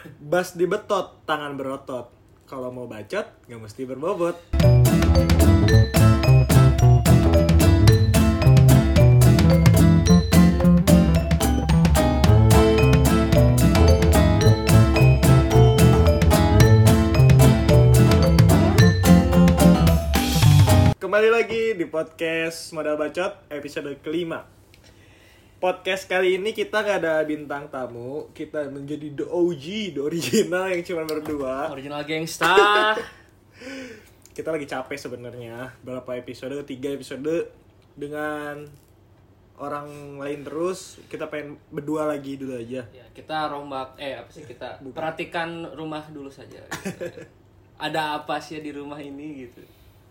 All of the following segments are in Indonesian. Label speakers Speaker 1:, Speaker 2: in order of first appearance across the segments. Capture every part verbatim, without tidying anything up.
Speaker 1: Bas dibetot, tangan berotot. Kalau mau bacot, gak mesti berbobot. Kembali lagi di podcast Modal Bacot episode kelima. Podcast kali ini kita gak ada bintang tamu. Kita menjadi the O G, the original yang cuma berdua.
Speaker 2: Original gangsta.
Speaker 1: Kita lagi capek sebenarnya. Berapa episode? Tiga episode dengan orang lain terus. Kita pengen berdua lagi dulu aja.
Speaker 2: Ya, kita rombak eh apa sih kita Bukan. perhatikan rumah dulu saja. Gitu. Ada apa sih di rumah ini gitu.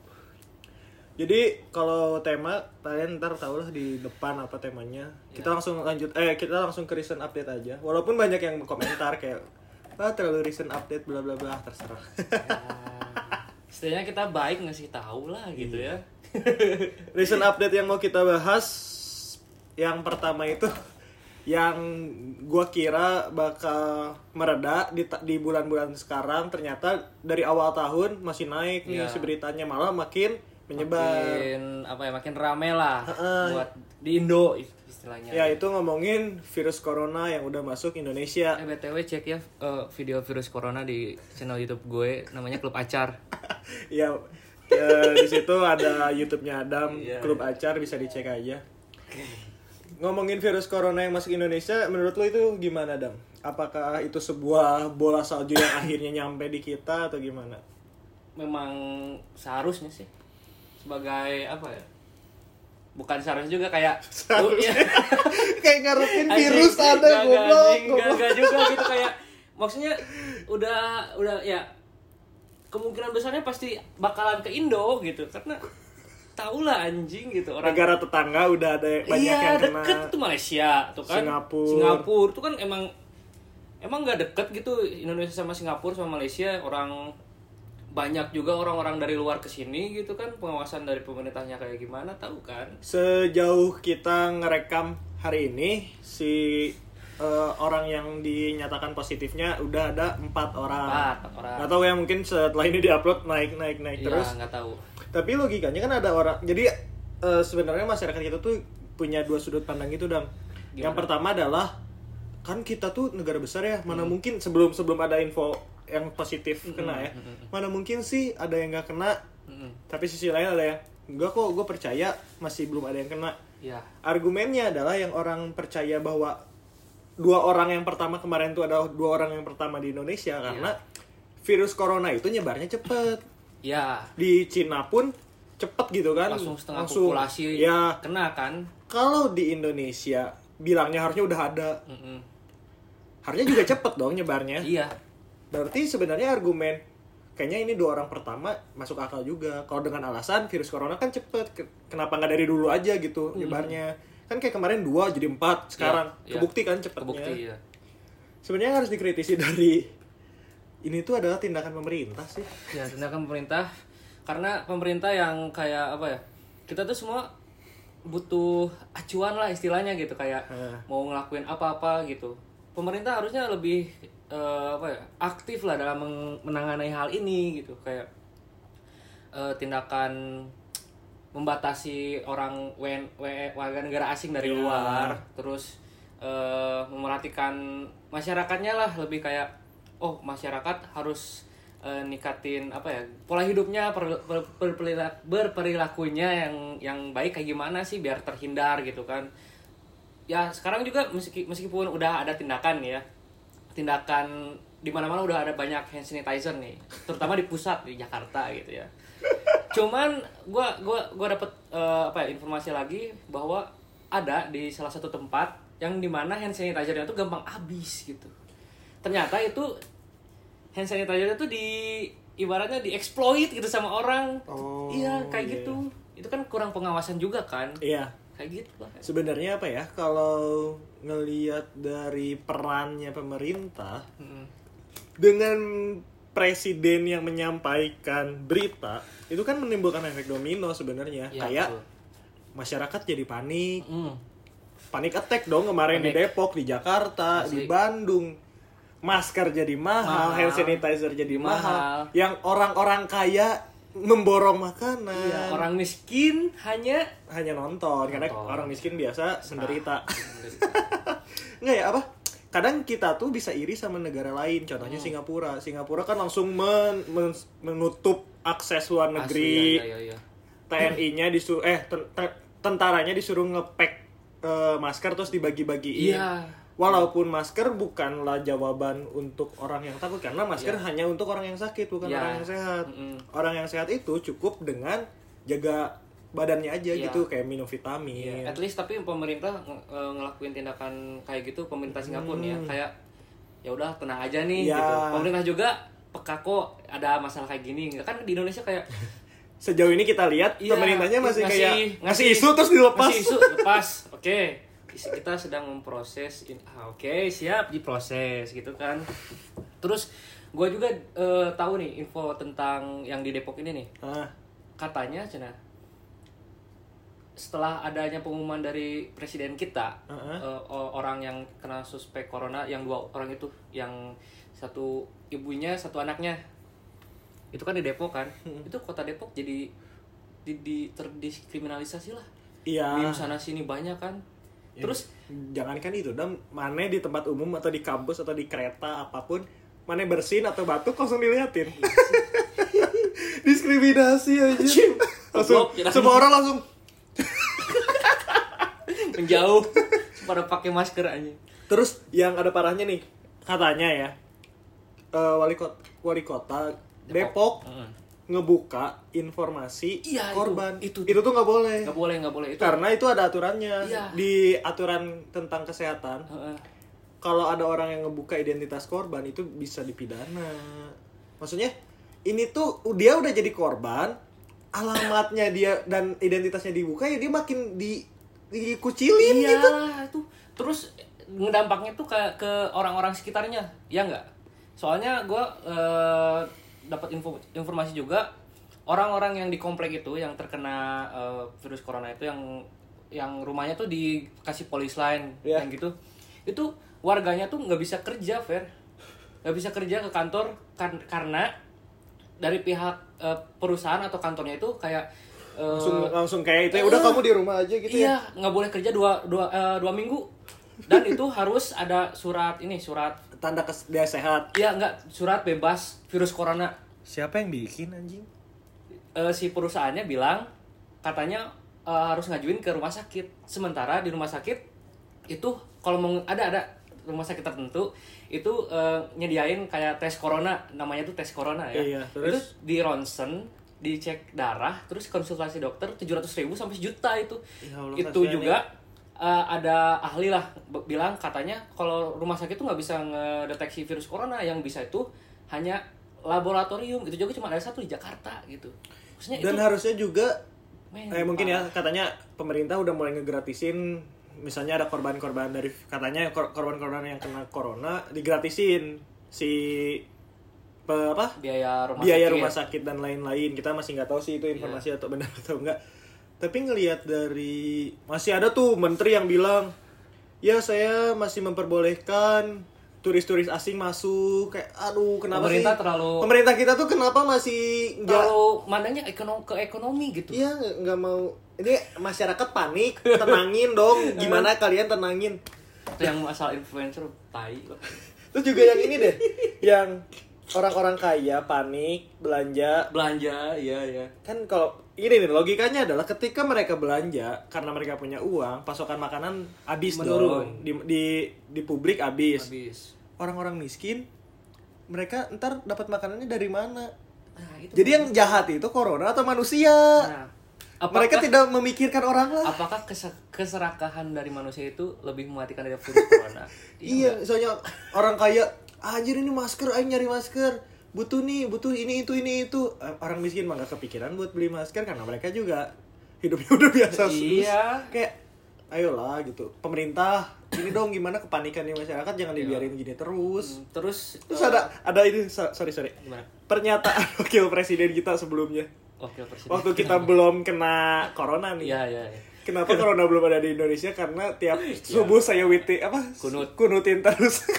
Speaker 1: Jadi kalau tema kalian ntar tau lah di depan apa temanya. Kita ya. langsung lanjut eh kita langsung ke recent update aja. Walaupun banyak yang komentar kayak ah terlalu recent update bla bla bla terserah.
Speaker 2: Ya, setidaknya kita baik ngasih tahu lah gitu ya.
Speaker 1: Recent update yang mau kita bahas yang pertama itu yang gua kira bakal mereda di di bulan-bulan sekarang, ternyata dari awal tahun masih naik nih ya. Si beritanya malah makin menyebar,
Speaker 2: makin apa ya makin rame lah
Speaker 1: uh,
Speaker 2: buat di Indo istilahnya.
Speaker 1: Ya itu ngomongin virus corona yang udah masuk Indonesia.
Speaker 2: Eh B T W cek ya uh, video virus corona di channel YouTube gue namanya Klub Acar.
Speaker 1: Ya, ya di situ ada YouTube-nya Adam,
Speaker 2: yeah.
Speaker 1: Klub Acar, bisa dicek aja. Ngomongin virus corona yang masuk Indonesia, menurut lo itu gimana, Adam? Apakah itu sebuah bola salju yang akhirnya nyampe di kita atau gimana?
Speaker 2: Memang seharusnya sih. Sebagai apa ya? Bukan seharusnya juga kayak
Speaker 1: seharusnya kayak ngarepin virus ada goblok.
Speaker 2: Enggak juga gitu kayak maksudnya udah udah ya kemungkinan besarnya pasti bakalan ke Indo gitu karena tau lah anjing gitu orang
Speaker 1: negara tetangga udah ada banyak
Speaker 2: iya,
Speaker 1: yang kena. Iya
Speaker 2: deket tuh Malaysia tuh kan
Speaker 1: Singapura.
Speaker 2: Singapura tuh kan emang emang nggak deket gitu Indonesia sama Singapura sama Malaysia orang banyak juga orang-orang dari luar kesini gitu kan pengawasan dari pemerintahnya kayak gimana tahu kan.
Speaker 1: Sejauh kita ngerekam hari ini si uh, orang yang dinyatakan positifnya udah ada empat orang.
Speaker 2: Empat orang.
Speaker 1: Gak tahu ya mungkin setelah ini diupload naik naik naik
Speaker 2: ya,
Speaker 1: terus.
Speaker 2: Nggak tahu.
Speaker 1: Tapi logikanya kan ada orang. Jadi uh, sebenarnya masyarakat kita tuh punya dua sudut pandang gitu Dam. Gimana? Yang pertama adalah kan kita tuh negara besar ya, mana hmm. mungkin sebelum sebelum ada info yang positif mm-hmm. kena ya, mm-hmm. mana mungkin sih ada yang nggak kena, mm-hmm. tapi sisi lain ada yang enggak kok, gue percaya masih belum ada yang kena.
Speaker 2: Yeah.
Speaker 1: Argumennya adalah yang orang percaya bahwa dua orang yang pertama kemarin itu adalah dua orang yang pertama di Indonesia karena yeah. virus corona itu nyebarnya cepet.
Speaker 2: Yeah.
Speaker 1: Di Cina pun cepet gitu kan,
Speaker 2: langsung setengah
Speaker 1: langsung,
Speaker 2: populasi ya, kena kan. Kalau
Speaker 1: di Indonesia bilangnya harusnya udah ada, mm-hmm. harusnya juga cepet dong nyebarnya.
Speaker 2: Iya.
Speaker 1: Berarti sebenarnya argumen kayaknya ini dua orang pertama masuk akal juga. Kalau dengan alasan virus corona kan cepet, kenapa nggak dari dulu aja gitu nyebarnya? Hmm. Kan kayak kemarin dua jadi empat sekarang, ya, kebukti kan cepetnya.
Speaker 2: Kebukti, ya.
Speaker 1: Sebenarnya harus dikritisi dari ini tuh adalah tindakan pemerintah sih.
Speaker 2: Ya tindakan pemerintah karena pemerintah yang kayak apa ya? Kita tuh semua butuh acuan lah istilahnya gitu kayak hmm. mau ngelakuin apa-apa gitu. Pemerintah harusnya lebih Uh, apa ya aktif lah dalam menangani hal ini gitu kayak uh, tindakan membatasi orang w, w, warga negara asing dari yeah. luar terus uh, memerhatikan masyarakatnya lah lebih kayak oh masyarakat harus uh, nikatin apa ya pola hidupnya per, per, per, per, berperilakunya yang yang baik kayak gimana sih biar terhindar gitu kan ya sekarang juga meski, meskipun udah ada tindakan ya tindakan di mana-mana udah ada banyak hand sanitizer nih, terutama di pusat di Jakarta gitu ya. Cuman gua gua gua dapet uh, apa ya informasi lagi bahwa ada di salah satu tempat yang dimana hand sanitizer-nya tuh gampang habis gitu. Ternyata itu hand sanitizer itu di ibaratnya dieksploit gitu sama orang.
Speaker 1: Oh,
Speaker 2: iya kayak
Speaker 1: iya.
Speaker 2: gitu. Itu kan kurang pengawasan juga kan.
Speaker 1: Iya.
Speaker 2: Kayak gitu lah.
Speaker 1: Sebenarnya apa ya kalau ngelihat dari perannya pemerintah hmm. dengan presiden yang menyampaikan berita itu kan menimbulkan efek domino sebenarnya ya, kayak betul. Masyarakat jadi panik hmm. panik attack dong kemarin panik. Di Depok, di Jakarta, asli. Di Bandung masker jadi mahal,
Speaker 2: mahal.
Speaker 1: hand sanitizer jadi mahal.
Speaker 2: mahal.
Speaker 1: Yang orang-orang kaya memborong makanan.
Speaker 2: Iya, orang miskin hanya
Speaker 1: hanya nonton,
Speaker 2: nonton.
Speaker 1: karena orang miskin biasa menderita.
Speaker 2: Nah,
Speaker 1: Nggak ya apa? Kadang kita tuh bisa iri sama negara lain, contohnya hmm. Singapura. Singapura kan langsung men, men, menutup akses luar negeri.
Speaker 2: Asli, ya, ya, ya.
Speaker 1: T N I-nya disuruh eh ten, ten, tentaranya disuruh ngepack uh, masker terus dibagi-bagiin.
Speaker 2: Iya.
Speaker 1: Walaupun masker bukanlah jawaban untuk orang yang takut, karena masker
Speaker 2: yeah.
Speaker 1: hanya untuk orang yang sakit, bukan
Speaker 2: yeah.
Speaker 1: orang yang sehat.
Speaker 2: Mm-hmm.
Speaker 1: Orang yang sehat itu cukup dengan jaga badannya aja yeah. gitu, kayak minum vitamin.
Speaker 2: Yeah. At least tapi pemerintah ng- ngelakuin tindakan kayak gitu, pemerintah Singapura hmm. ya, kayak ya udah tenang aja nih
Speaker 1: yeah.
Speaker 2: gitu. Pemerintah juga peka kok ada masalah kayak gini. Kan di Indonesia kayak
Speaker 1: sejauh ini kita lihat yeah, pemerintahnya masih
Speaker 2: ngasih,
Speaker 1: kayak
Speaker 2: ngasih,
Speaker 1: ngasih isu terus dilepas.
Speaker 2: Ngasih isu lepas. Oke. Okay. Kita sedang memproses, ah, oke okay, siap diproses gitu kan. Terus gue juga uh, tahu nih info tentang yang di Depok ini nih. Ah. Katanya cina setelah adanya pengumuman dari presiden kita, uh-huh. uh, orang yang kena suspek corona, yang dua orang itu, yang satu ibunya satu anaknya, itu kan di Depok kan. Hmm. Itu kota Depok jadi di, di terdiskriminalisasi lah.
Speaker 1: Iya.
Speaker 2: Di sana sini banyak kan.
Speaker 1: Ya,
Speaker 2: terus
Speaker 1: jangankan itu, dan mana di tempat umum atau di kampus atau di kereta apapun, mana bersin atau batuk langsung diliatin. Diskriminasi aja. Langsung semua orang langsung
Speaker 2: menjauh pada pakai masker aja.
Speaker 1: Terus yang ada parahnya nih, katanya ya, uh, wali kota wali kota Depok, Depok uh-huh. ngebuka informasi
Speaker 2: iya,
Speaker 1: korban.
Speaker 2: Itu,
Speaker 1: itu, itu tuh nggak boleh.
Speaker 2: Nggak boleh, nggak boleh. Itu.
Speaker 1: Karena itu ada aturannya.
Speaker 2: Iya.
Speaker 1: Di aturan tentang kesehatan.
Speaker 2: Uh-uh.
Speaker 1: Kalau ada orang yang ngebuka identitas korban itu bisa dipidana. Maksudnya ini tuh dia udah jadi korban, alamatnya dia dan identitasnya dibuka, ya dia makin di dikucilin
Speaker 2: iya,
Speaker 1: gitu.
Speaker 2: Itu. Terus ngedampaknya tuh ke ke orang-orang sekitarnya, ya nggak? Soalnya gue uh, dapat info informasi juga, orang-orang yang di komplek itu yang terkena uh, virus corona itu, yang yang rumahnya tuh dikasih polis line yeah. yang gitu, itu warganya tuh nggak bisa kerja, Fer, nggak bisa kerja ke kantor kar- karena dari pihak uh, perusahaan atau kantornya itu kayak uh,
Speaker 1: langsung langsung kayak itu ya udah uh, kamu di rumah aja gitu
Speaker 2: iya,
Speaker 1: ya.
Speaker 2: Iya, nggak boleh kerja dua dua uh, dua minggu, dan itu harus ada surat ini surat
Speaker 1: tanda kes- dia sehat.
Speaker 2: Iya, nggak, surat bebas virus corona.
Speaker 1: Siapa yang bikin anjing?
Speaker 2: Uh, si perusahaannya bilang katanya uh, harus ngajuin ke rumah sakit. Sementara di rumah sakit itu kalau mau ada ada rumah sakit tertentu itu uh, nyediain kayak tes corona, namanya tuh tes corona ya.
Speaker 1: Iya, terus?
Speaker 2: Itu di ronsen, dicek darah, terus konsultasi dokter tujuh ratus ribu sampai sejuta itu. Ya Allah, itu juga uh, ada ahli lah bilang katanya kalau rumah sakit tuh nggak bisa ngedeteksi virus corona, yang bisa itu hanya laboratorium. Itu juga cuma ada satu di Jakarta gitu. Maksudnya
Speaker 1: dan
Speaker 2: itu,
Speaker 1: harusnya juga
Speaker 2: men,
Speaker 1: eh mungkin ya katanya pemerintah udah mulai ngegratisin, misalnya ada korban-korban dari katanya kor- korban-korban yang kena corona digratisin si pe, apa
Speaker 2: biaya rumah
Speaker 1: biaya
Speaker 2: sakit.
Speaker 1: rumah sakit dan lain-lain. Kita masih nggak tahu sih itu informasi yeah. atau benar atau enggak. Tapi ngelihat dari masih ada tuh menteri yang bilang, ya saya masih memperbolehkan turis-turis asing masuk. Kayak aduh, kenapa
Speaker 2: pemerintah
Speaker 1: sih
Speaker 2: terlalu
Speaker 1: pemerintah kita tuh kenapa masih
Speaker 2: terlalu mandangnya ekonomi ke ekonomi gitu.
Speaker 1: Iya, nggak mau. Ini masyarakat panik, tenangin dong. Gimana kalian tenangin?
Speaker 2: Itu yang masalah influencer tai.
Speaker 1: Terus juga yang ini deh, yang orang-orang kaya panik belanja
Speaker 2: belanja iya ya
Speaker 1: kan. Kalau ini nih logikanya adalah ketika mereka belanja karena mereka punya uang, pasokan makanan habis dong di, di di publik habis.
Speaker 2: habis
Speaker 1: Orang-orang miskin mereka ntar dapat makanannya dari mana?
Speaker 2: Nah, itu
Speaker 1: jadi yang jahat itu corona atau manusia?
Speaker 2: Nah,
Speaker 1: apakah, mereka tidak memikirkan orang lah.
Speaker 2: Apakah kes- keserakahan dari manusia itu lebih mematikan dari virus corona?
Speaker 1: Iya, misalnya orang kaya, anjir ini masker, ayo nyari masker, butuh nih, butuh ini itu ini itu. Orang miskin mah gak kepikiran buat beli masker karena mereka juga hidupnya udah biasa.
Speaker 2: Iya.
Speaker 1: Kayak, ayolah gitu. Pemerintah, ini dong gimana kepanikan di masyarakat, jangan dibiarin gini terus.
Speaker 2: Hmm, terus,
Speaker 1: terus uh, ada ada ini sorry sorry.
Speaker 2: Gimana?
Speaker 1: Pernyataan wakil presiden kita sebelumnya.
Speaker 2: Wakil presiden.
Speaker 1: Waktu kita belum kena corona nih.
Speaker 2: Iya iya. Ya.
Speaker 1: Kenapa corona belum ada di Indonesia? Karena tiap subuh saya witi apa?
Speaker 2: Kunut.
Speaker 1: Kunutin terus. Kayak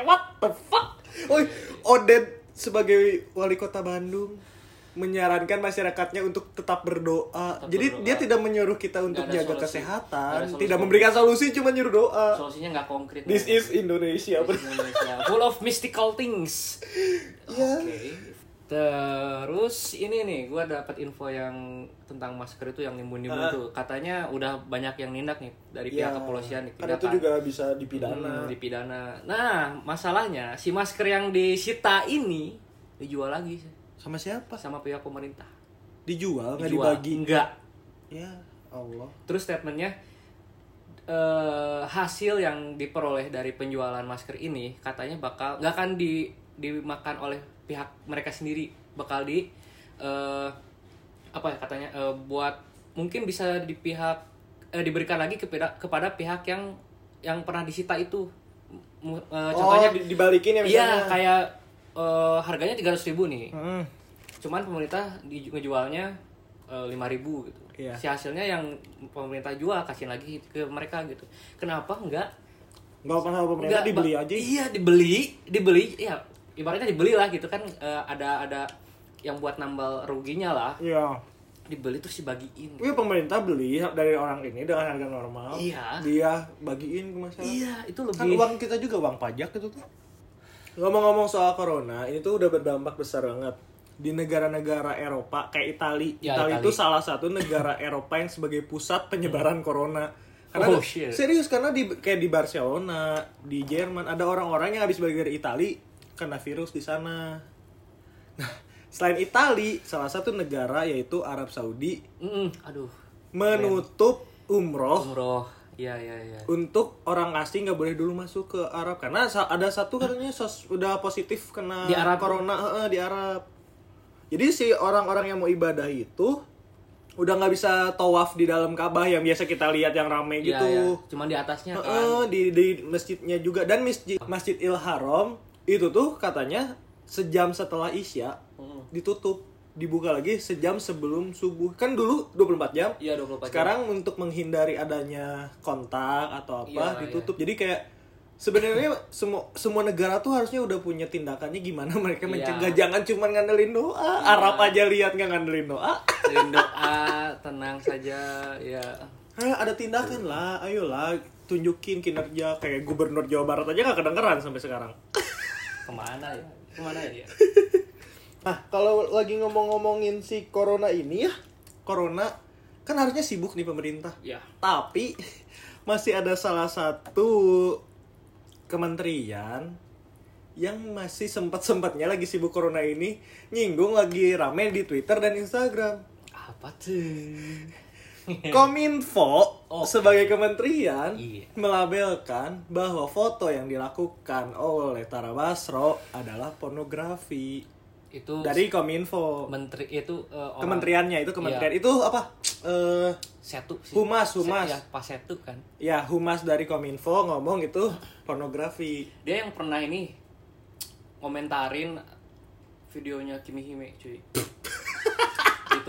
Speaker 1: what the fuck? Oh, Oded sebagai wali kota Bandung menyarankan masyarakatnya untuk tetap berdoa. Tetap Jadi berdoa. Dia tidak menyuruh kita untuk jaga solusi. kesehatan, tidak memberikan solusi, cuma nyuruh doa.
Speaker 2: Solusinya nggak konkret.
Speaker 1: This ya. is Indonesia.
Speaker 2: This is Indonesia. Full of mystical things.
Speaker 1: Yeah.
Speaker 2: Oke. Okay. Terus ini nih, gue dapat info yang tentang masker itu yang nimbun-nimbun uh. tuh. Katanya udah banyak yang nindak nih dari pihak yeah. kepolisian.
Speaker 1: Kan itu juga bisa dipidana.
Speaker 2: Hmm, dipidana. Nah, masalahnya si masker yang disita ini dijual lagi.
Speaker 1: Sama siapa?
Speaker 2: Sama pihak pemerintah.
Speaker 1: Dijual, nggak dibagi?
Speaker 2: Enggak.
Speaker 1: Ya Allah.
Speaker 2: Terus statementnya, uh, hasil yang diperoleh dari penjualan masker ini katanya bakal nggak akan di dimakan oleh pihak mereka sendiri, bakal di uh, apa ya katanya uh, buat mungkin bisa di pihak uh, diberikan lagi kepada kepada pihak yang yang pernah disita itu. Uh, contohnya
Speaker 1: oh, dibalikin ya misalnya.
Speaker 2: Iya, kayak uh, harganya tiga ratus ribu nih.
Speaker 1: Hmm.
Speaker 2: Cuman pemerintah di, ngejualnya uh, lima ribu gitu.
Speaker 1: Iya.
Speaker 2: Si hasilnya yang pemerintah jual kasih lagi ke mereka gitu. Kenapa enggak?
Speaker 1: Enggak pernah pemerintah enggak, dibeli aja.
Speaker 2: Iya, dibeli, dibeli ya. Ibaratnya dibeli lah gitu kan, uh, ada ada yang buat nambal ruginya lah.
Speaker 1: Iya.
Speaker 2: Dibeli terus dibagiin.
Speaker 1: Iya, pemerintah beli dari orang ini dengan harga normal.
Speaker 2: Iya.
Speaker 1: Dia bagiin ke masyarakat.
Speaker 2: Iya, itu lebih.
Speaker 1: Kan uang kita juga uang pajak itu tuh. Ngomong-ngomong soal corona, ini tuh udah berdampak besar banget di negara-negara Eropa kayak Italia.
Speaker 2: Ya,
Speaker 1: Italia
Speaker 2: Itali.
Speaker 1: itu salah satu negara Eropa yang sebagai pusat penyebaran corona. Karena
Speaker 2: oh, shit.
Speaker 1: serius karena di kayak di Barcelona, di Jerman ada orang-orang yang habis balik dari Italia kena virus di sana. Nah, selain Italia, salah satu negara yaitu Arab Saudi,
Speaker 2: mm, aduh,
Speaker 1: menutup umroh.
Speaker 2: Umroh, iya iya iya.
Speaker 1: Untuk orang asing nggak boleh dulu masuk ke Arab karena ada satu katanya sos, udah positif kena
Speaker 2: di Arab.
Speaker 1: corona uh, di Arab. Jadi si orang-orang yang mau ibadah itu udah nggak bisa tawaf di dalam Ka'bah yang biasa kita lihat yang ramai gitu.
Speaker 2: Iya, iya. Cuman di atasnya kan.
Speaker 1: Uh, di di masjidnya juga dan masjid Masjidil Haram itu tuh katanya sejam setelah Isya hmm. ditutup, dibuka lagi sejam sebelum subuh. Kan dulu dua puluh empat jam.
Speaker 2: Iya, dua puluh empat jam.
Speaker 1: Sekarang untuk menghindari adanya kontak atau apa
Speaker 2: ya,
Speaker 1: ditutup.
Speaker 2: Ya. Jadi
Speaker 1: kayak sebenarnya semua semua negara tuh harusnya udah punya tindakannya gimana mereka mencegah.
Speaker 2: Ya.
Speaker 1: Jangan cuma ngandelin doa. Ya. Arab aja lihat nggak ngandelin doa.
Speaker 2: Ngandelin doa, tenang saja ya.
Speaker 1: Eh, ada tindakan lah, ayolah tunjukin kinerja. Kayak gubernur Jawa Barat aja nggak kedengeran sampai sekarang.
Speaker 2: Kemana ya? Kemana ya?
Speaker 1: Nah, kalau lagi ngomong-ngomongin si corona ini ya, corona kan harusnya sibuk nih pemerintah.
Speaker 2: Ya.
Speaker 1: Tapi masih ada salah satu kementerian yang masih sempat-sempatnya lagi sibuk corona ini nyinggung lagi rame di Twitter dan Instagram.
Speaker 2: Apa tuh?
Speaker 1: Kominfo
Speaker 2: okay.
Speaker 1: sebagai kementerian
Speaker 2: iya.
Speaker 1: melabelkan bahwa foto yang dilakukan oleh Tara Basro adalah pornografi.
Speaker 2: Itu
Speaker 1: dari Kominfo.
Speaker 2: Menteri itu uh,
Speaker 1: kementeriannya itu kementerian
Speaker 2: iya.
Speaker 1: itu apa? Uh,
Speaker 2: Setu sih.
Speaker 1: Humas, humas.
Speaker 2: Ya, pas Setu kan.
Speaker 1: Ya, humas dari Kominfo ngomong itu pornografi.
Speaker 2: Dia yang pernah ini komentarin videonya Kimi Hime, cuy. Gitu.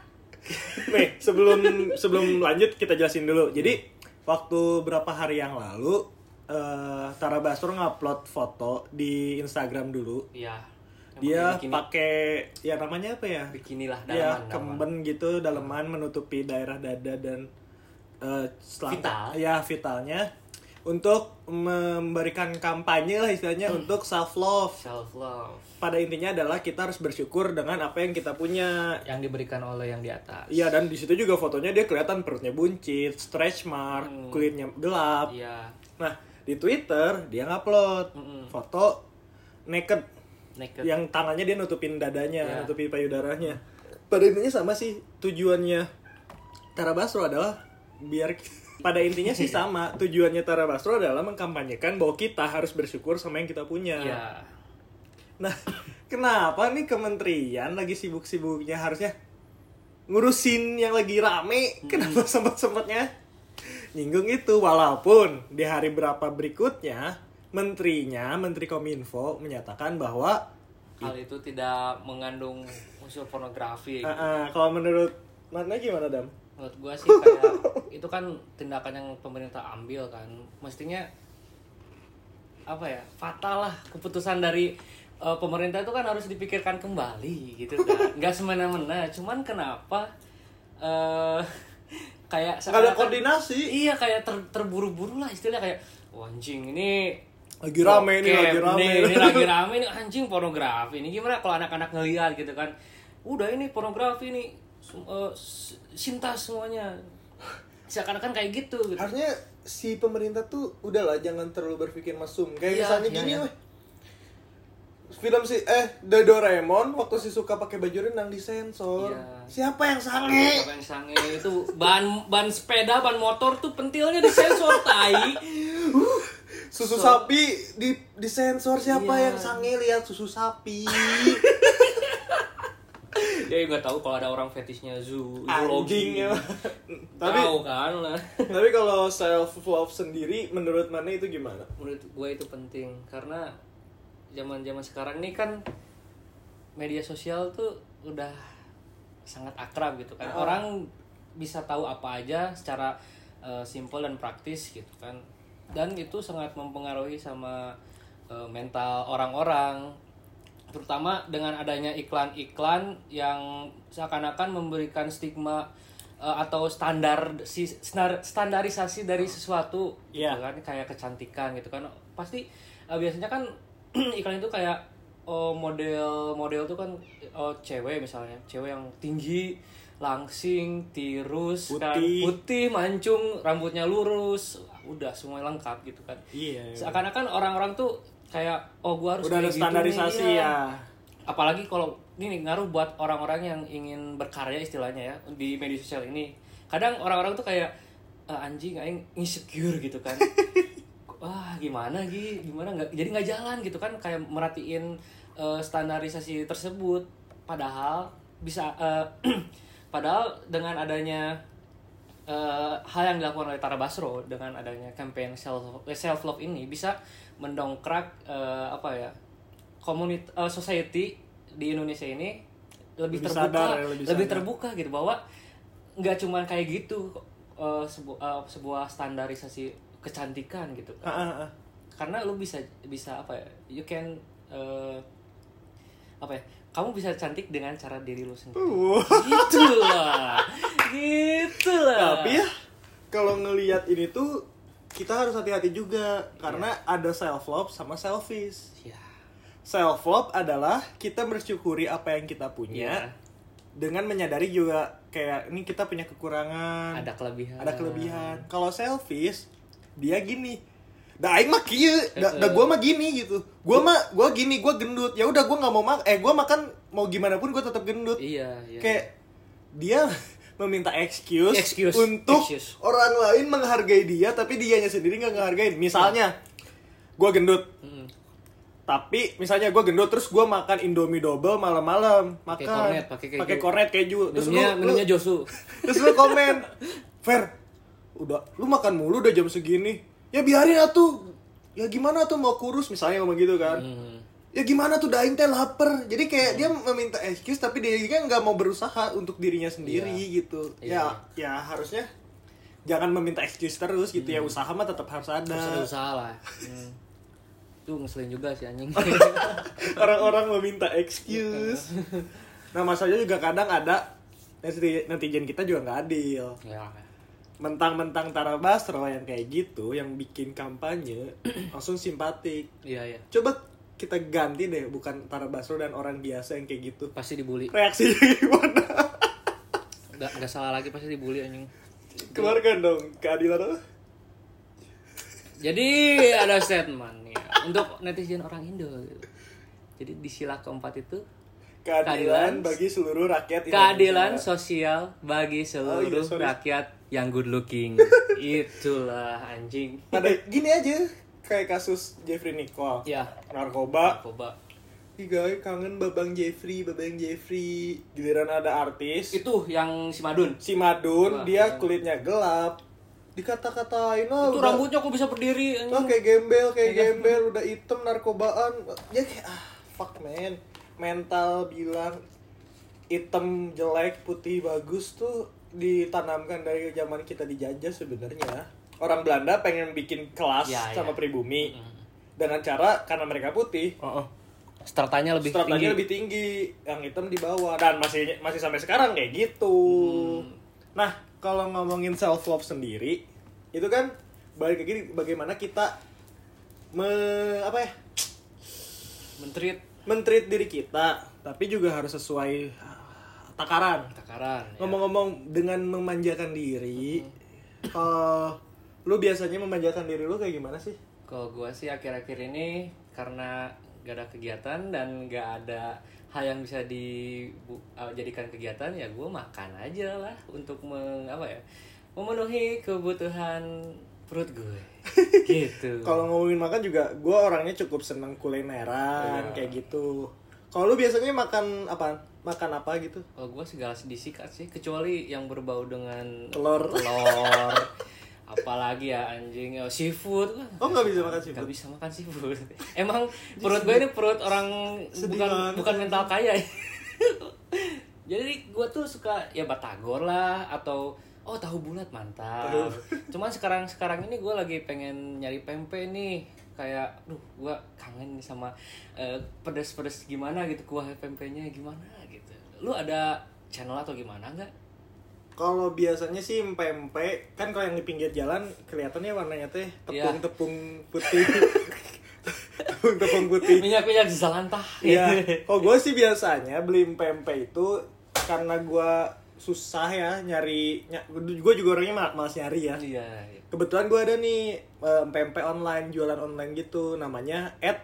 Speaker 1: Nih, sebelum sebelum lanjut kita jelasin dulu. Jadi, waktu berapa hari yang lalu uh, Tara Basro ngupload foto di Instagram dulu.
Speaker 2: Iya.
Speaker 1: Dia pakai ya namanya apa ya?
Speaker 2: Bikini lah,
Speaker 1: dalaman. Ya, kemben gitu, daleman menutupi daerah dada dan uh,
Speaker 2: vital.
Speaker 1: Ya, vitalnya untuk memberikan kampanye lah istilahnya hmm. untuk self love.
Speaker 2: Self love.
Speaker 1: Pada intinya adalah kita harus bersyukur dengan apa yang kita punya,
Speaker 2: yang diberikan oleh yang di atas.
Speaker 1: Iya, dan di situ juga fotonya dia kelihatan perutnya buncit, stretch mark, hmm. kulitnya gelap.
Speaker 2: Iya.
Speaker 1: Nah, di Twitter dia ngupload hmm. foto naked. naked. Yang tangannya dia nutupin dadanya, yeah. nutupin payudaranya. Pada intinya sama sih tujuannya Tara Basro adalah biar pada intinya sih sama. Tujuannya Tara Basro adalah mengkampanyekan bahwa kita harus bersyukur sama yang kita punya.
Speaker 2: Yeah.
Speaker 1: Nah, kenapa nih kementerian lagi sibuk-sibuknya harusnya ngurusin yang lagi rame? Hmm. Kenapa sempat-sempatnya nyinggung itu? Walaupun di hari berapa berikutnya menterinya, Menteri Kominfo menyatakan bahwa
Speaker 2: hal itu tidak mengandung unsur pornografi.
Speaker 1: Uh, uh, kalau menurut mana gimana, Dam?
Speaker 2: Menurut gua sih kayak itu kan tindakan yang pemerintah ambil kan. Mestinya apa ya fatal lah keputusan dari uh, pemerintah itu kan harus dipikirkan kembali gitu kan. Nggak semena-mena. Cuman kenapa uh, kayak
Speaker 1: nggak ada koordinasi?
Speaker 2: Iya kayak ter, terburu-buru lah istilahnya kayak oh, anjing ini
Speaker 1: lagi rame nih lagi rame
Speaker 2: nih, ini lagi rame nih anjing pornografi ini gimana kalau anak-anak ngelihat gitu kan udah ini pornografi nih uh, sintas semuanya seakan-akan kayak gitu, gitu.
Speaker 1: Harusnya si pemerintah tuh udahlah jangan terlalu berpikir mesum kayak
Speaker 2: ya,
Speaker 1: misalnya
Speaker 2: ya,
Speaker 1: gini
Speaker 2: ya.
Speaker 1: weh film si eh The Doraemon waktu si Suka pakai baju renang disensor
Speaker 2: ya.
Speaker 1: Siapa yang sange
Speaker 2: siapa yang sange itu ban ban sepeda ban motor tuh pentilnya disensor tai
Speaker 1: uh, susu so, sapi di disensor siapa ya. Yang sange lihat susu sapi
Speaker 2: ya nggak tahu kalau ada orang fetishnya zoo
Speaker 1: anjing ya tapi
Speaker 2: tahu kan lah
Speaker 1: tapi kalau self love sendiri menurut mana itu gimana?
Speaker 2: Menurut gue itu penting karena zaman-zaman sekarang ini kan media sosial tuh udah sangat akrab gitu kan oh. Orang bisa tahu apa aja secara uh, simpel dan praktis gitu kan dan itu sangat mempengaruhi sama uh, mental orang-orang terutama dengan adanya iklan-iklan yang seakan-akan memberikan stigma uh, atau standar si standar, standarisasi dari sesuatu
Speaker 1: yeah.
Speaker 2: gitu kan kayak kecantikan gitu kan pasti uh, biasanya kan iklan itu kayak oh, model model tuh kan oh, cewek misalnya cewek yang tinggi langsing tirus
Speaker 1: putih.
Speaker 2: Kan putih mancung rambutnya lurus udah semua lengkap gitu kan
Speaker 1: iya, iya.
Speaker 2: Seakan-akan orang-orang tuh kayak oh gua harus
Speaker 1: udah ada standarisasi
Speaker 2: gitu,
Speaker 1: ya.
Speaker 2: Apalagi kalau ini ngaruh buat orang-orang yang ingin berkarya istilahnya ya di media sosial ini kadang orang-orang tuh kayak e, anjing aing insecure gitu kan wah gimana Gi gimana nggak jadi nggak jalan gitu kan kayak merhatiin uh, standarisasi tersebut padahal bisa uh, padahal dengan adanya uh, hal yang dilakukan oleh Tara Basro dengan adanya campaign self self love ini bisa mendongkrak uh, apa ya komunitas uh, society di Indonesia ini lebih, lebih terbuka sadar, ya, lebih, lebih terbuka gitu bahwa nggak cuma kayak gitu uh, sebu- uh, sebuah standarisasi kecantikan gitu kan. Uh, uh, uh. Karena lu bisa bisa apa ya? You can uh, apa ya? Kamu bisa cantik dengan cara diri lu sendiri. Uh. Gitulah. Gitulah.
Speaker 1: Tapi ya kalau ngelihat ini tuh kita harus hati-hati juga karena yeah. ada self love sama selfish.
Speaker 2: Yeah.
Speaker 1: Self love adalah kita bersyukuri apa yang kita punya. Yeah. Dengan menyadari juga kayak ini kita punya kekurangan,
Speaker 2: ada kelebihan.
Speaker 1: Ada kelebihan. Kalau selfish dia gini, dah aing mah kieu, dah, dah gua mah gini gitu. Gua mah gua gini, gua gendut. Ya udah gua enggak mau makan, eh gua makan mau gimana pun gua tetap gendut.
Speaker 2: Iya, iya.
Speaker 1: Kayak dia meminta excuse,
Speaker 2: excuse
Speaker 1: untuk
Speaker 2: excuse.
Speaker 1: orang lain menghargai dia tapi dianya sendiri enggak ngehargain. Misalnya gua gendut. Hmm. Tapi misalnya gua gendut terus gua makan Indomie double malam-malam, makan pakai
Speaker 2: kornet, pakai keju.
Speaker 1: Pakai kornet keju.
Speaker 2: Terus minumnya, lu minumnya Josu.
Speaker 1: Terus lu komen, "Fer, udah lu makan mulu udah jam segini ya biarin atuh ya gimana tuh mau kurus," misalnya ngomong gitu kan. hmm. Ya gimana tuh daing teh lapar jadi kayak hmm. dia meminta excuse tapi dia juga nggak mau berusaha untuk dirinya sendiri yeah. gitu yeah. ya ya harusnya jangan meminta excuse terus gitu hmm. ya usaha mah tetap harus ada
Speaker 2: harus ada usaha lah. hmm. Tuh ngeselin juga sih anjing
Speaker 1: orang-orang meminta excuse. Nah masalahnya juga kadang ada netizen kita juga nggak adil ya. Mentang-mentang Tara Basro yang kayak gitu yang bikin kampanye langsung simpatik.
Speaker 2: Iya iya.
Speaker 1: Coba kita ganti deh bukan Tara Basro dan orang biasa yang kayak gitu.
Speaker 2: Pasti dibully.
Speaker 1: Reaksinya gimana?
Speaker 2: Enggak enggak salah lagi pasti dibully anjing.
Speaker 1: Keluarkan dong keadilan apa?
Speaker 2: Jadi ada statement nih untuk netizen orang Indo gitu. Jadi di sila keempat itu
Speaker 1: keadilan, keadilan bagi seluruh rakyat Indonesia.
Speaker 2: Keadilan sosial bagi seluruh oh, iya, rakyat yang good looking. Itulah anjing.
Speaker 1: Ada gini aja kayak kasus Jeffrey Nicole.
Speaker 2: Ya.
Speaker 1: Narkoba.
Speaker 2: Narkoba.
Speaker 1: Ih guys, kangen Babang Jeffrey, Babang Jeffrey. Giliran ada artis.
Speaker 2: Itu yang si Madun.
Speaker 1: Si Madun, wah, dia kulitnya gelap. Dikata-katain lah.
Speaker 2: Itu udah, rambutnya kok bisa berdiri.
Speaker 1: Oh, kayak gembel, kayak gembel, udah hitam narkobaan. Ya kayak ah, fuck man. Mental bilang hitam jelek, putih bagus tuh ditanamkan dari zaman kita dijajah sebenarnya. Orang Belanda pengen bikin kelas ya, sama ya. pribumi. Mm. dengan cara karena mereka putih.
Speaker 2: Oh, oh. Stratanya lebih
Speaker 1: Stratanya
Speaker 2: tinggi.
Speaker 1: lebih tinggi, yang hitam di bawah dan masih masih sampai sekarang kayak gitu. Hmm. Nah, kalau ngomongin self love sendiri, itu kan balik lagi bagaimana kita me apa ya?
Speaker 2: Mentreat
Speaker 1: mentreat diri kita, tapi juga harus sesuai takaran.
Speaker 2: Takaran.
Speaker 1: Ngomong-ngomong ya. Dengan memanjakan diri, hmm. uh, lu biasanya memanjakan diri lu kayak gimana sih?
Speaker 2: Kalau gua sih akhir-akhir ini karena gak ada kegiatan dan gak ada hal yang bisa dijadikan kegiatan, ya gue makan aja lah untuk meng, apa ya, memenuhi kebutuhan perut gue gitu.
Speaker 1: Kalau ngomongin makan juga gue orangnya cukup seneng kulineran, yeah. Kayak gitu. Kalau lu biasanya makan apa? Makan apa gitu?
Speaker 2: Kalau gue segala disikat sih, kecuali yang berbau dengan
Speaker 1: telur
Speaker 2: telur apalagi ya anjing, oh, seafood.
Speaker 1: Oh, nggak bisa makan seafood?
Speaker 2: Nggak bisa makan seafood. Emang perut gue ini perut orang sedih bukan banget. Bukan mental kaya. Jadi gue tuh suka ya batagor lah, atau oh tahu bulat mantap. Aduh. Cuman sekarang sekarang ini gue lagi pengen nyari pempek nih. Kayak, duh, gue kangen nih sama uh, pedas-pedas gimana gitu, kuah pempeknya gimana gitu. Lu ada channel atau gimana nggak?
Speaker 1: Kalau biasanya sih pempek, kan kalau yang di pinggir jalan kelihatannya warnanya teh tepung-tepung putih. Tepung-tepung putih.
Speaker 2: Minyak-minyak zalantah.
Speaker 1: Iya. Oh, gue sih biasanya beli pempek itu karena gue susah ya nyari, ny- gue juga orangnya malas nyari ya.
Speaker 2: Iya.
Speaker 1: Kebetulan gue ada nih pempek online, jualan online gitu, namanya et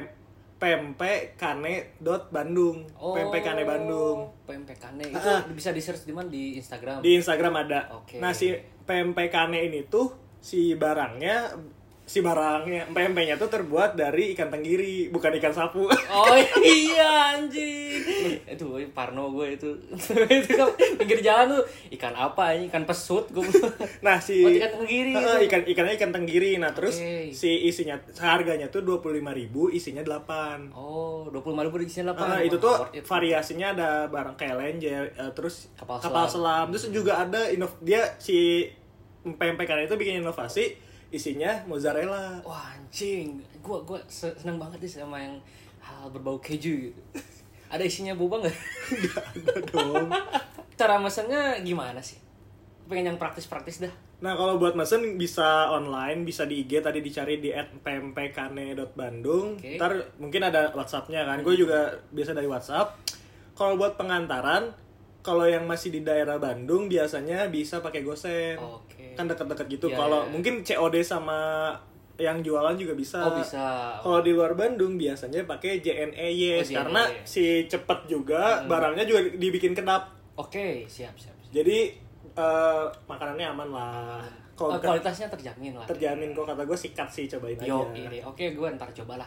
Speaker 1: pempekane dot bandung.
Speaker 2: Oh,
Speaker 1: Pempekane Bandung.
Speaker 2: Pempekane itu
Speaker 1: uh,
Speaker 2: bisa di search di mana, di Instagram?
Speaker 1: Di Instagram ada.
Speaker 2: Okay.
Speaker 1: Nah, si pempekane ini tuh si barangnya si barangnya pempeknya tuh terbuat dari ikan tenggiri, bukan ikan sapu.
Speaker 2: Oh iya anjing. Itu parno gue itu. Itu kan pinggir jalan tuh ikan apa ini? Ikan pesut gue.
Speaker 1: Nah, si
Speaker 2: oh, ikan tenggiri.
Speaker 1: Uh, ikan ikannya ikan tenggiri. Nah, terus
Speaker 2: okay.
Speaker 1: si isinya harganya tuh dua puluh lima ribu, isinya delapan.
Speaker 2: Oh, dua puluh lima ribu isinya delapan.
Speaker 1: Uh, itu tuh variasinya ada barang kayak lenjer, uh, terus
Speaker 2: kapal,
Speaker 1: kapal selam. selam. Terus juga ada inov dia si pempekane itu bikin inovasi, isinya mozzarella.
Speaker 2: Wah anjing, gua gua seneng banget sih sama yang hal berbau keju gitu. Ada isinya boba nggak?
Speaker 1: Nggak ada dong.
Speaker 2: Cara mesennya gimana sih? Pengen yang praktis-praktis dah.
Speaker 1: Nah, kalau buat mesen bisa online, bisa di I G, tadi dicari di et pempekane dot bandung. Okay. Ntar mungkin ada WhatsApp-nya kan. Hmm. Gue juga biasa dari WhatsApp. Kalau buat pengantaran, kalau yang masih di daerah Bandung biasanya bisa pakai GoSend.
Speaker 2: Okay.
Speaker 1: Kan dekat-dekat gitu.
Speaker 2: Yeah,
Speaker 1: kalau
Speaker 2: yeah.
Speaker 1: mungkin C O D sama yang jualan juga bisa.
Speaker 2: Oh, bisa.
Speaker 1: Kalau di luar Bandung biasanya pakai J N E Y oh, karena J N E Y. Si cepet juga, hmm. barangnya juga dibikin kedap.
Speaker 2: Oke, okay, siap, siap, siap.
Speaker 1: Jadi uh, makanannya aman lah.
Speaker 2: Kalo uh, kualitasnya terjamin lah.
Speaker 1: Terjamin kok, kata gue sikat sih, cobain
Speaker 2: Yo,
Speaker 1: aja.
Speaker 2: Oke, okay, gue ntar cobalah.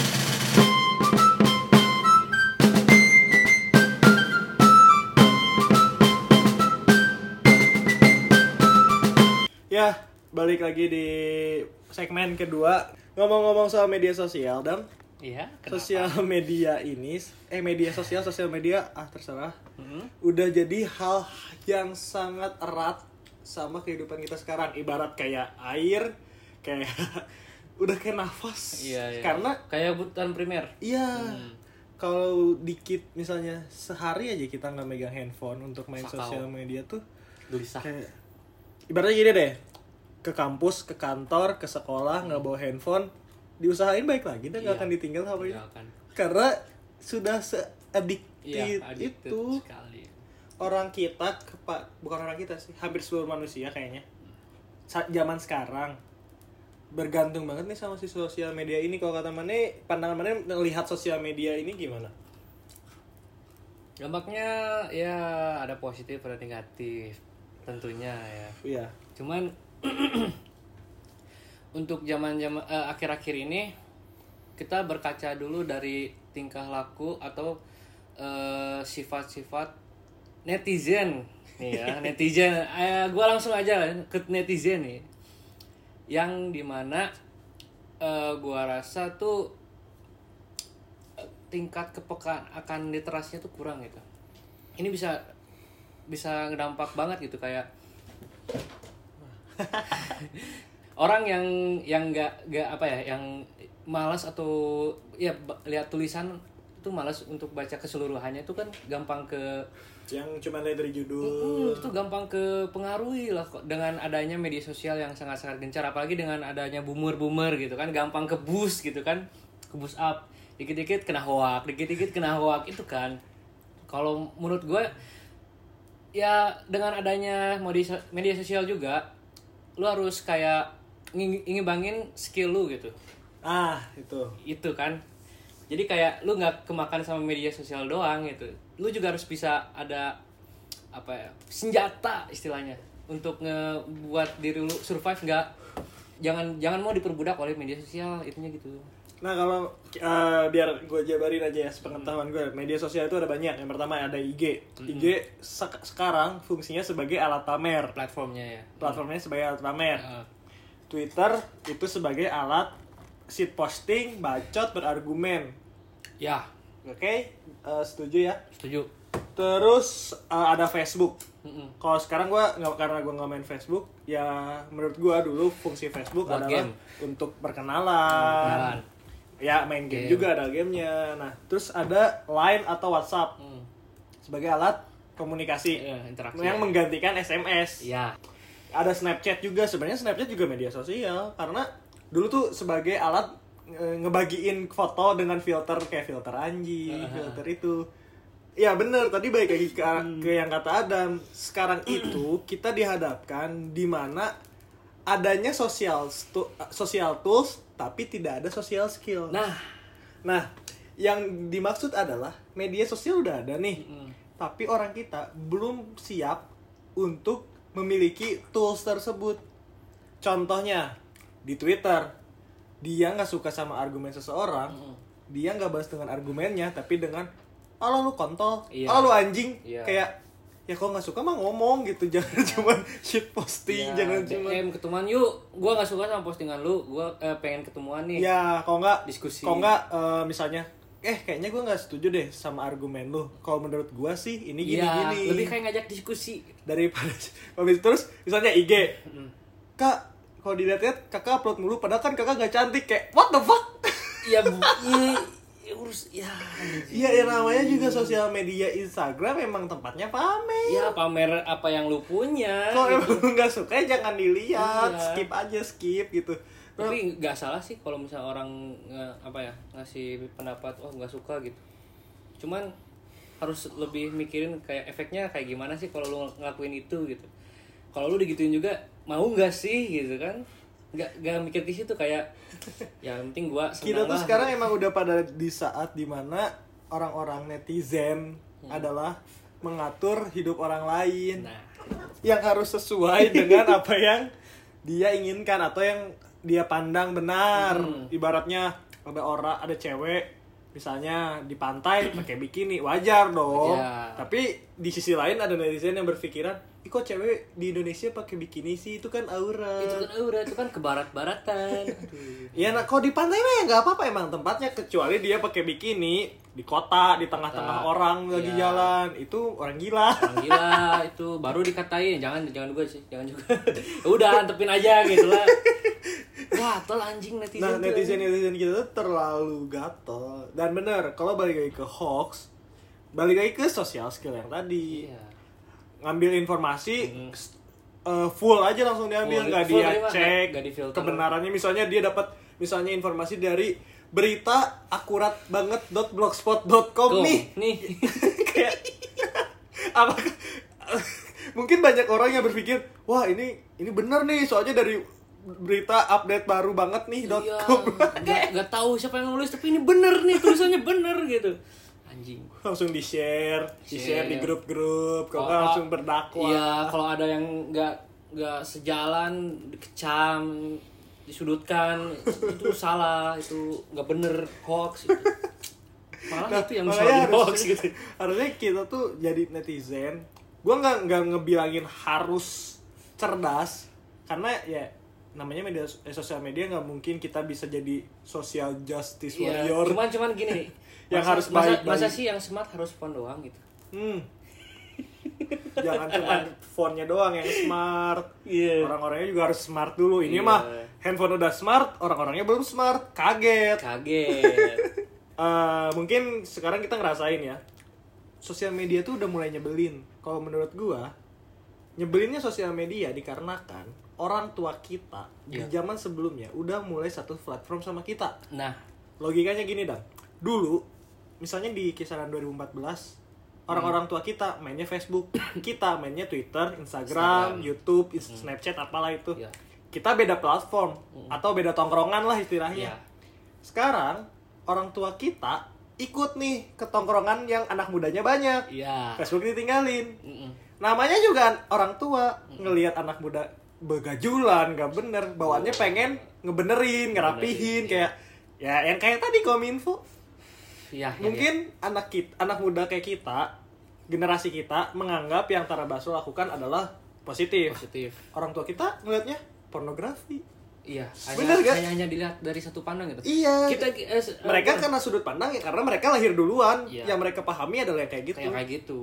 Speaker 1: Ya, balik lagi di segmen kedua. Ngomong-ngomong soal media sosial, Dam.
Speaker 2: Iya, kenapa?
Speaker 1: Sosial media ini, eh media sosial, sosial media, ah terserah. Hmm? Udah jadi hal yang sangat erat sama kehidupan kita sekarang. Ibarat kayak air, kayak udah kayak nafas.
Speaker 2: Iya, iya.
Speaker 1: Karena
Speaker 2: kayak kebutuhan primer.
Speaker 1: Iya. Hmm. Kalau dikit misalnya sehari aja kita nggak megang handphone untuk main Sakau. Sosial media tuh,
Speaker 2: gelisah.
Speaker 1: Kayak ibaratnya gini deh, ke kampus, ke kantor, ke sekolah nggak bawa handphone, diusahain baik lagi dan nggak iya, akan ditinggal H P-nya. Karena sudah se-addicted iya, itu
Speaker 2: sekali.
Speaker 1: Orang kita, kepa, bukan orang kita sih, hampir seluruh manusia kayaknya. Saat zaman sekarang bergantung banget nih sama si sosial media ini. Kalau kata Mane, pandangan Mane melihat sosial media ini gimana?
Speaker 2: Dampaknya ya ada positif, ada negatif. Tentunya ya.
Speaker 1: Iya.
Speaker 2: Cuman untuk zaman-zaman uh, akhir-akhir ini kita berkaca dulu dari tingkah laku atau uh, sifat-sifat netizen nih ya. Netizen. Uh, gua langsung aja ke netizen nih. Yang dimana uh, gua rasa tuh tingkat kepekaan akan literasinya tuh kurang gitu. Ini bisa bisa ngedampak banget gitu, kayak orang yang yang nggak nggak apa ya, yang malas atau ya lihat tulisan itu malas untuk baca keseluruhannya, itu kan gampang ke
Speaker 1: yang cuma lihat dari judul.
Speaker 2: Mm, itu gampang ke pengaruhi lah kok dengan adanya media sosial yang sangat-sangat gencar, apalagi dengan adanya boomer-boomer gitu kan, gampang ke boost gitu kan, ke boost up, dikit-dikit kena hoak, dikit-dikit kena hoak itu kan. Kalau menurut gue ya dengan adanya media media sosial juga, lu harus kayak ngimbangin skill lu gitu.
Speaker 1: Ah, itu.
Speaker 2: Itu kan. Jadi kayak lu nggak kemakan sama media sosial doang gitu. Lu juga harus bisa ada apa ya, senjata istilahnya untuk ngebuat diri lu survive, nggak jangan jangan mau diperbudak oleh media sosial itunya gitu.
Speaker 1: Nah, kalau uh, biar gue jabarin aja ya sepengetahuan gue, media sosial itu ada banyak. Yang pertama ada I G. Mm-hmm. I G se- sekarang fungsinya sebagai alat pamer.
Speaker 2: Platformnya ya.
Speaker 1: Platformnya sebagai alat pamer.
Speaker 2: Uh.
Speaker 1: Twitter itu sebagai alat shit posting, bacot, berargumen.
Speaker 2: Ya.
Speaker 1: Oke, okay? uh, setuju ya?
Speaker 2: Setuju.
Speaker 1: Terus uh, ada Facebook.
Speaker 2: Mm-mm.
Speaker 1: Kalau sekarang gue nggak, karena gue nggak main Facebook, ya menurut gue dulu fungsi Facebook
Speaker 2: Buat
Speaker 1: adalah
Speaker 2: game.
Speaker 1: untuk perkenalan. Hmm, ya main game, game juga ada gamenya. Nah terus ada Line atau WhatsApp hmm. sebagai alat komunikasi
Speaker 2: ya, interaksi
Speaker 1: yang
Speaker 2: ya.
Speaker 1: menggantikan S M S.
Speaker 2: Ya.
Speaker 1: Ada Snapchat juga, sebenarnya Snapchat juga media sosial karena dulu tuh sebagai alat e, ngebagiin foto dengan filter kayak filter anjing, uh-huh. filter itu. Ya bener, tadi balik lagi ke, hmm. ke yang kata Adam. Sekarang itu kita dihadapkan di mana adanya social stu, social tools tapi tidak ada social skill.
Speaker 2: Nah,
Speaker 1: nah yang dimaksud adalah media sosial udah ada nih, mm. tapi orang kita belum siap untuk memiliki tools tersebut. Contohnya di Twitter, dia nggak suka sama argumen seseorang, mm. dia nggak bahas dengan argumennya, tapi dengan "oh lu kontol, iya. oh lu anjing", iya. kayak ya kok nggak suka mah ngomong gitu, jangan ya. Cuma shit posting, ya, jangan cuma
Speaker 2: D M ketemuan yuk, gua nggak suka sama postingan lu, gua eh, pengen ketemuan nih.
Speaker 1: Ya, kalau nggak
Speaker 2: diskusi.
Speaker 1: Kalau nggak uh, misalnya, eh kayaknya gua nggak setuju deh sama argumen lu. Kalau menurut gua sih ini gini
Speaker 2: ya,
Speaker 1: gini.
Speaker 2: Lebih kayak ngajak diskusi
Speaker 1: daripada terus misalnya I G, kak kalau dilihat-lihat kakak upload mulu, padahal kan kakak nggak cantik, kayak what the fuck?
Speaker 2: Iya bu. urus ya
Speaker 1: iya ya, namanya juga sosial media Instagram memang tempatnya pamer
Speaker 2: ya, pamer apa yang lu punya.
Speaker 1: Kalau gitu. Emang nggak suka ya jangan dilihat, iya. skip aja skip gitu.
Speaker 2: Tapi nggak salah sih kalau misalnya orang nge, apa ya ngasih pendapat oh nggak suka gitu, cuman harus lebih mikirin kayak efeknya kayak gimana sih kalau lu ngelakuin itu gitu. Kalau lu digituin juga mau nggak sih gitu kan, nggak nggak mikir di situ, kayak ya yang penting gua senang.
Speaker 1: Kita tuh
Speaker 2: lah,
Speaker 1: sekarang
Speaker 2: gitu.
Speaker 1: Emang udah pada di saat dimana orang-orang netizen hmm. adalah mengatur hidup orang lain, nah. yang harus sesuai dengan apa yang dia inginkan atau yang dia pandang benar. hmm. Ibaratnya ada orang, ada cewek misalnya di pantai pakai bikini, wajar dong. Ya. Tapi di sisi lain ada netizen yang berpikiran, ih kok cewek di Indonesia pakai bikini sih, itu kan aura.
Speaker 2: Itu kan aura, itu kan kebarat-baratan.
Speaker 1: Iya, nah kalau di pantai mah ya nggak apa-apa emang tempatnya, kecuali dia pakai bikini di kota, di tengah-tengah kota. Orang lagi ya. Jalan, itu orang gila.
Speaker 2: Orang gila itu baru dikatain, jangan jangan juga sih, jangan juga. Udah antepin aja gitu lah. Gatel anjing netizen.
Speaker 1: Nah, netizen-netizen kita tuh terlalu gatel. Dan bener, kalau balik lagi ke hoax, balik lagi ke social skill yang tadi. Iya. Ngambil informasi hmm. uh, full aja langsung diambil, nggak dia cek kebenarannya. Misalnya dia dapat misalnya informasi dari berita akurat banget .blogspot dot com nih. Nih. Kayak apa? Mungkin banyak orang yang berpikir, wah ini ini bener nih, soalnya dari berita update baru banget nih
Speaker 2: iya, .com. Gak, gak tahu siapa yang nulis, tapi ini bener nih, tulisannya bener gitu. Anjing. Langsung
Speaker 1: di-share, di-share di grup-grup, kalau nggak langsung berdakwah.
Speaker 2: Iya, kalau ada yang nggak nggak sejalan, dikecam, disudutkan, itu salah, itu nggak bener, hoax. Gitu. Malah
Speaker 1: nah,
Speaker 2: itu yang salah hoax gitu.
Speaker 1: Harusnya kita tuh jadi netizen. Gua nggak nggak ngebilangin harus cerdas, karena ya namanya media eh, sosial media nggak mungkin kita bisa jadi social justice warrior.
Speaker 2: Iya, cuman cuman gini.
Speaker 1: yang
Speaker 2: masa,
Speaker 1: harus baik,
Speaker 2: masa, masa sih yang smart harus fun doang gitu.
Speaker 1: Hmm. Jangan cuma phone-nya doang yang smart.
Speaker 2: Yeah.
Speaker 1: Orang-orangnya juga harus smart dulu. Ini
Speaker 2: Yeah.
Speaker 1: mah handphone udah smart, orang-orangnya belum smart. Kaget.
Speaker 2: Kaget.
Speaker 1: uh, mungkin sekarang kita ngerasain ya. Sosial media tuh udah mulai nyebelin. Kalau menurut gua, nyebelinnya sosial media dikarenakan orang tua kita yeah. di zaman sebelumnya udah mulai satu platform sama kita.
Speaker 2: Nah,
Speaker 1: logikanya gini dah. Dulu, misalnya di kisaran dua ribu empat belas, orang-orang tua kita mainnya Facebook, kita mainnya Twitter, Instagram, Instagram. YouTube, hmm. Snapchat, apalah itu. Yeah. Kita beda platform hmm. atau beda tongkrongan lah istilahnya. Yeah. Sekarang orang tua kita ikut nih ke tongkrongan yang anak mudanya banyak. Yeah. Facebook ditinggalin. Mm-mm. Namanya juga orang tua ngelihat anak muda begajulan, nggak bener, bawaannya pengen ngebenerin, ngerapihin, kayak ya yang kayak tadi Kominfo. Ya, mungkin ya, ya. anak kita, anak muda kayak kita, generasi kita menganggap yang Tara Basro lakukan adalah positif.
Speaker 2: Positif.
Speaker 1: Orang tua kita ngelihatnya pornografi.
Speaker 2: Iya,
Speaker 1: bener
Speaker 2: hanya,
Speaker 1: gak?
Speaker 2: hanya, hanya dilihat dari satu pandang gitu.
Speaker 1: Iya.
Speaker 2: Kita eh,
Speaker 1: mereka
Speaker 2: uh,
Speaker 1: karena sudut pandang ya karena mereka lahir duluan.
Speaker 2: Iya.
Speaker 1: Yang mereka pahami adalah yang kayak gitu.
Speaker 2: Kayak kayak gitu.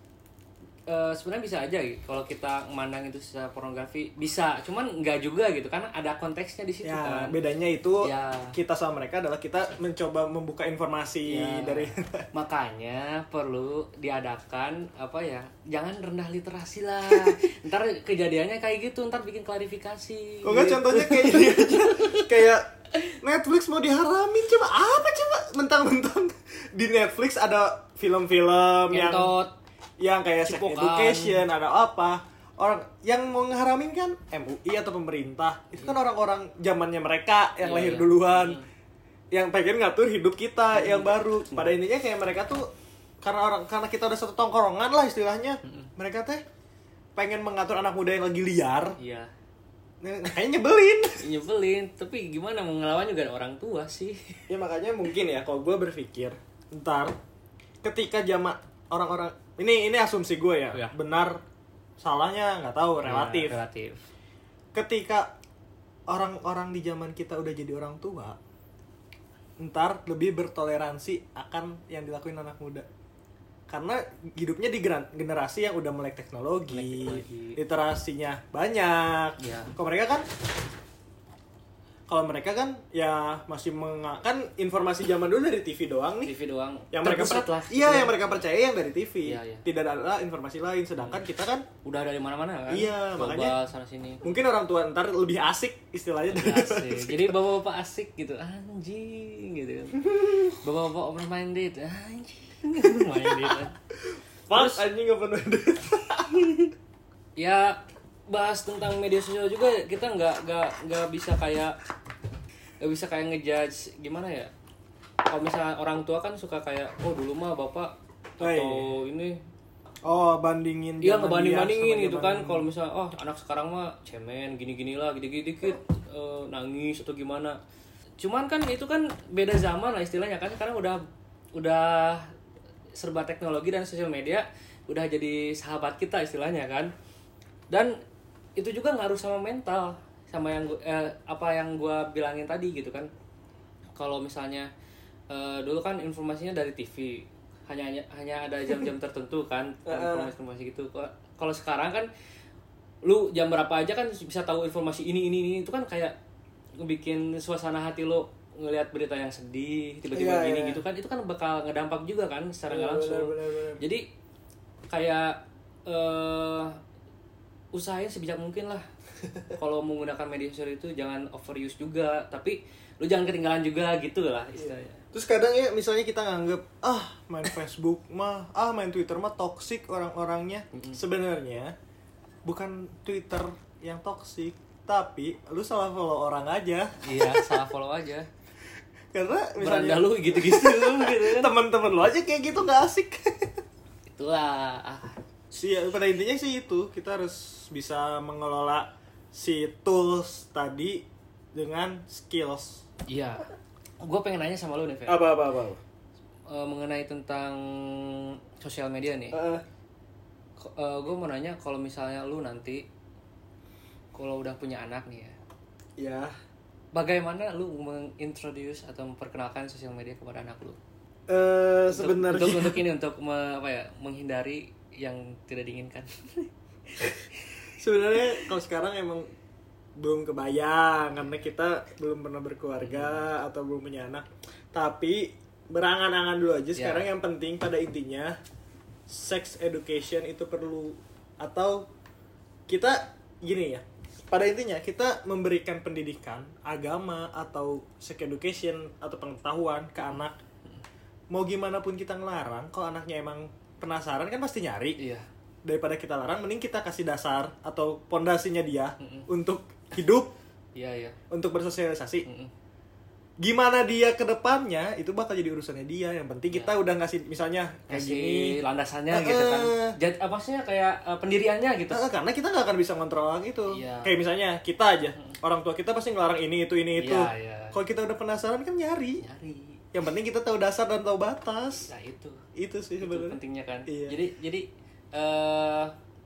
Speaker 2: Uh, sebenarnya bisa aja gitu. Kalau kita memandang itu secara pornografi bisa, cuman enggak juga gitu karena ada konteksnya di situ
Speaker 1: ya,
Speaker 2: kan.
Speaker 1: Bedanya itu
Speaker 2: ya. Kita
Speaker 1: sama mereka adalah kita mencoba membuka informasi ya. Dari
Speaker 2: makanya perlu diadakan apa ya? Jangan rendah literasi lah. Ntar kejadiannya kayak gitu, ntar bikin klarifikasi.
Speaker 1: Kok enggak gitu. Contohnya kayak ini aja. Kayak Netflix mau diharamin coba apa coba mentang-mentang di Netflix ada film-film yang yang kayak sex education, ada apa, orang yang mau ngeharamin kan M U I atau pemerintah, itu kan orang-orang zamannya mereka yang yeah, lahir yeah. duluan, yeah. yang pengen ngatur hidup kita yeah. yang baru. Pada intinya kayak mereka tuh karena orang karena kita udah satu tongkrongan lah istilahnya, mm-hmm. mereka teh pengen mengatur anak muda yang lagi liar. Iya. Yeah. Kayaknya nyebelin.
Speaker 2: Nyebelin, tapi gimana mau ngelawan juga orang tua sih.
Speaker 1: Ya makanya mungkin ya kalau gue berpikir, ntar ketika zaman orang-orang ini ini asumsi gue ya, ya. Benar salahnya nggak tahu, relatif.
Speaker 2: Ya, relatif.
Speaker 1: Ketika orang-orang di zaman kita udah jadi orang tua, ntar lebih bertoleransi akan yang dilakuin anak muda. Karena hidupnya di generasi yang udah melek teknologi, teknologi. Literasinya banyak. Ya. Kalau mereka kan Kalau mereka kan ya masih mengakan informasi zaman dulu dari T V doang nih.
Speaker 2: T V doang.
Speaker 1: Yang mereka per- Iya, yang mereka percaya yang dari T V. Iya, iya. Tidak ada informasi lain. Sedangkan kita kan
Speaker 2: udah dari mana-mana kan.
Speaker 1: Iya,
Speaker 2: global,
Speaker 1: makanya
Speaker 2: sana sini.
Speaker 1: Mungkin orang tua ntar lebih asik istilahnya
Speaker 2: lebih dari asik. Jadi bapak-bapak asik gitu. Anjing gitu. Bapak-bapak open minded. Anjing. Open minded.
Speaker 1: Pas anjing open minded.
Speaker 2: Ya bahas tentang media sosial juga kita nggak nggak nggak bisa kayak nggak bisa kayak ngejudge gimana ya. Kalau misalnya orang tua kan suka kayak oh dulu mah bapak atau oh, iya. ini
Speaker 1: oh bandingin
Speaker 2: iya ngebanding bandingin gitu kan. Kalau misalnya oh anak sekarang mah cemen gini gini lah gini gini dikit uh, nangis atau gimana. Cuman kan itu kan beda zaman lah istilahnya kan. Sekarang udah udah serba teknologi dan sosial media udah jadi sahabat kita istilahnya kan. Dan itu juga ngaruh sama mental, sama yang eh, apa yang gue bilangin tadi gitu kan. Kalau misalnya eh, dulu kan informasinya dari T V, hanya hanya, hanya ada jam-jam tertentu kan informasi-informasi gitu. Kalau sekarang kan lu jam berapa aja kan bisa tahu informasi ini ini ini. Itu kan kayak bikin suasana hati lu ngelihat berita yang sedih tiba-tiba yeah, gini yeah. gitu kan. Itu kan bakal ngedampak juga kan secara nggak yeah, langsung. Bener, bener, bener. Jadi kayak eh, usahain sebijak mungkin lah. Kalau menggunakan media sosial itu jangan overuse juga, tapi lu jangan ketinggalan juga gitu lah istilahnya.
Speaker 1: Terus kadang ya misalnya kita nganggep ah main Facebook mah, ah main Twitter mah toksik orang-orangnya. Mm-hmm. Sebenarnya bukan Twitter yang toksik, tapi lu salah follow orang aja.
Speaker 2: Iya, salah follow aja.
Speaker 1: Karena misalnya
Speaker 2: beranda lu gitu-gitu gitu kan.
Speaker 1: Teman-teman lu aja kayak gitu nggak asik.
Speaker 2: Itulah. Ah.
Speaker 1: Si pada intinya sih itu kita harus bisa mengelola si tools tadi dengan skills.
Speaker 2: Iya. Gue pengen nanya sama lu nih, Fer.
Speaker 1: Apa apa apa.
Speaker 2: E, mengenai tentang sosial media nih. Uh. E, gue mau nanya kalau misalnya lu nanti kalau udah punya anak nih ya.
Speaker 1: Iya.
Speaker 2: Bagaimana lu mengintroduce atau memperkenalkan sosial media kepada anak lu?
Speaker 1: Eh uh, sebenarnya
Speaker 2: untuk, untuk ini untuk me, apa ya menghindari yang tidak diinginkan.
Speaker 1: Sebenarnya kalau sekarang emang belum kebayang karena kita belum pernah berkeluarga hmm. atau belum punya anak. Tapi berangan-angan dulu aja sekarang yeah. Yang penting pada intinya sex education itu perlu, atau kita gini ya. Pada intinya kita memberikan pendidikan agama atau sex education atau pengetahuan ke anak. Mau gimana pun kita ngelarang, kalau anaknya emang penasaran kan pasti nyari. Iya. Daripada kita larang, mending kita kasih dasar atau pondasinya dia Mm-mm. untuk hidup.
Speaker 2: Iya, iya.
Speaker 1: Untuk bersosialisasi. Mm-mm. Gimana dia ke depannya itu bakal jadi urusannya dia. Yang penting kita ya. Udah ngasih misalnya kayak
Speaker 2: ngasih
Speaker 1: gini
Speaker 2: landasannya uh, gitu kan. Jadi apa sih kayak uh, pendiriannya gitu.
Speaker 1: Uh, karena kita nggak akan bisa ngontrol orang itu. Ya. Kayak misalnya kita aja, hmm. orang tua kita pasti ngelarang ini itu ini itu. Ya, ya. Kalau kita udah penasaran kan nyari. Nyari. Yang penting kita tahu dasar dan tahu batas.
Speaker 2: Nah, itu.
Speaker 1: Itu sih sebenarnya.
Speaker 2: Pentingnya kan.
Speaker 1: Iya.
Speaker 2: Jadi jadi uh,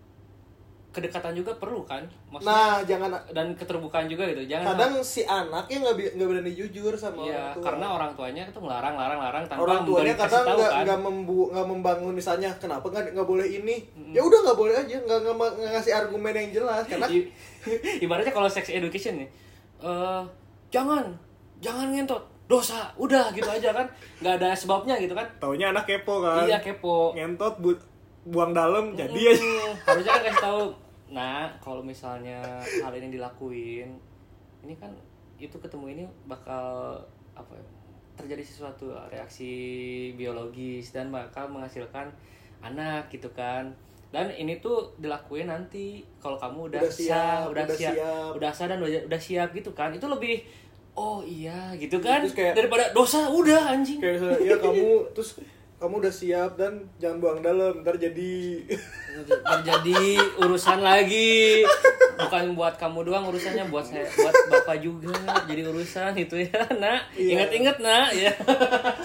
Speaker 2: kedekatan juga perlu kan, maksudnya,
Speaker 1: nah jangan
Speaker 2: dan keterbukaan juga gitu, jangan
Speaker 1: kadang si anaknya nggak nggak berani jujur sama
Speaker 2: iya,
Speaker 1: orang tua
Speaker 2: karena orang tuanya itu ngelarang larang larang tanpa
Speaker 1: orang tuanya kadang nggak
Speaker 2: kan.
Speaker 1: nggak membu nggak membangun misalnya kenapa nggak nggak boleh ini mm-hmm. Ya udah nggak boleh aja, nggak nggak ngasih argumen yang jelas karena
Speaker 2: ibaratnya kalau sex education nih uh, jangan jangan ngentot dosa udah gitu aja kan, nggak ada sebabnya gitu kan,
Speaker 1: taunya anak kepo kan,
Speaker 2: iya kepo
Speaker 1: ngentot bu buang dalam mm-hmm. Jadi aja
Speaker 2: harusnya kan kasih tahu. Nah, kalau misalnya hal ini dilakuin, ini kan itu ketemu ini bakal apa ya? Terjadi sesuatu reaksi biologis dan bakal menghasilkan anak gitu kan. Dan ini tuh dilakuin nanti kalau kamu udah,
Speaker 1: udah
Speaker 2: siap,
Speaker 1: siap,
Speaker 2: udah,
Speaker 1: udah
Speaker 2: siap,
Speaker 1: siap,
Speaker 2: udah sadar dan udah, udah siap gitu kan. Itu lebih oh iya gitu kan
Speaker 1: kayak,
Speaker 2: daripada dosa udah anjing.
Speaker 1: Kayak misalnya, ya kamu terus kamu udah siap dan jangan buang dalam, ntar jadi
Speaker 2: terjadi urusan lagi, bukan buat kamu doang urusannya, buat saya, buat bapak juga jadi urusan itu ya nak, iya. Ingat-ingat nak ya.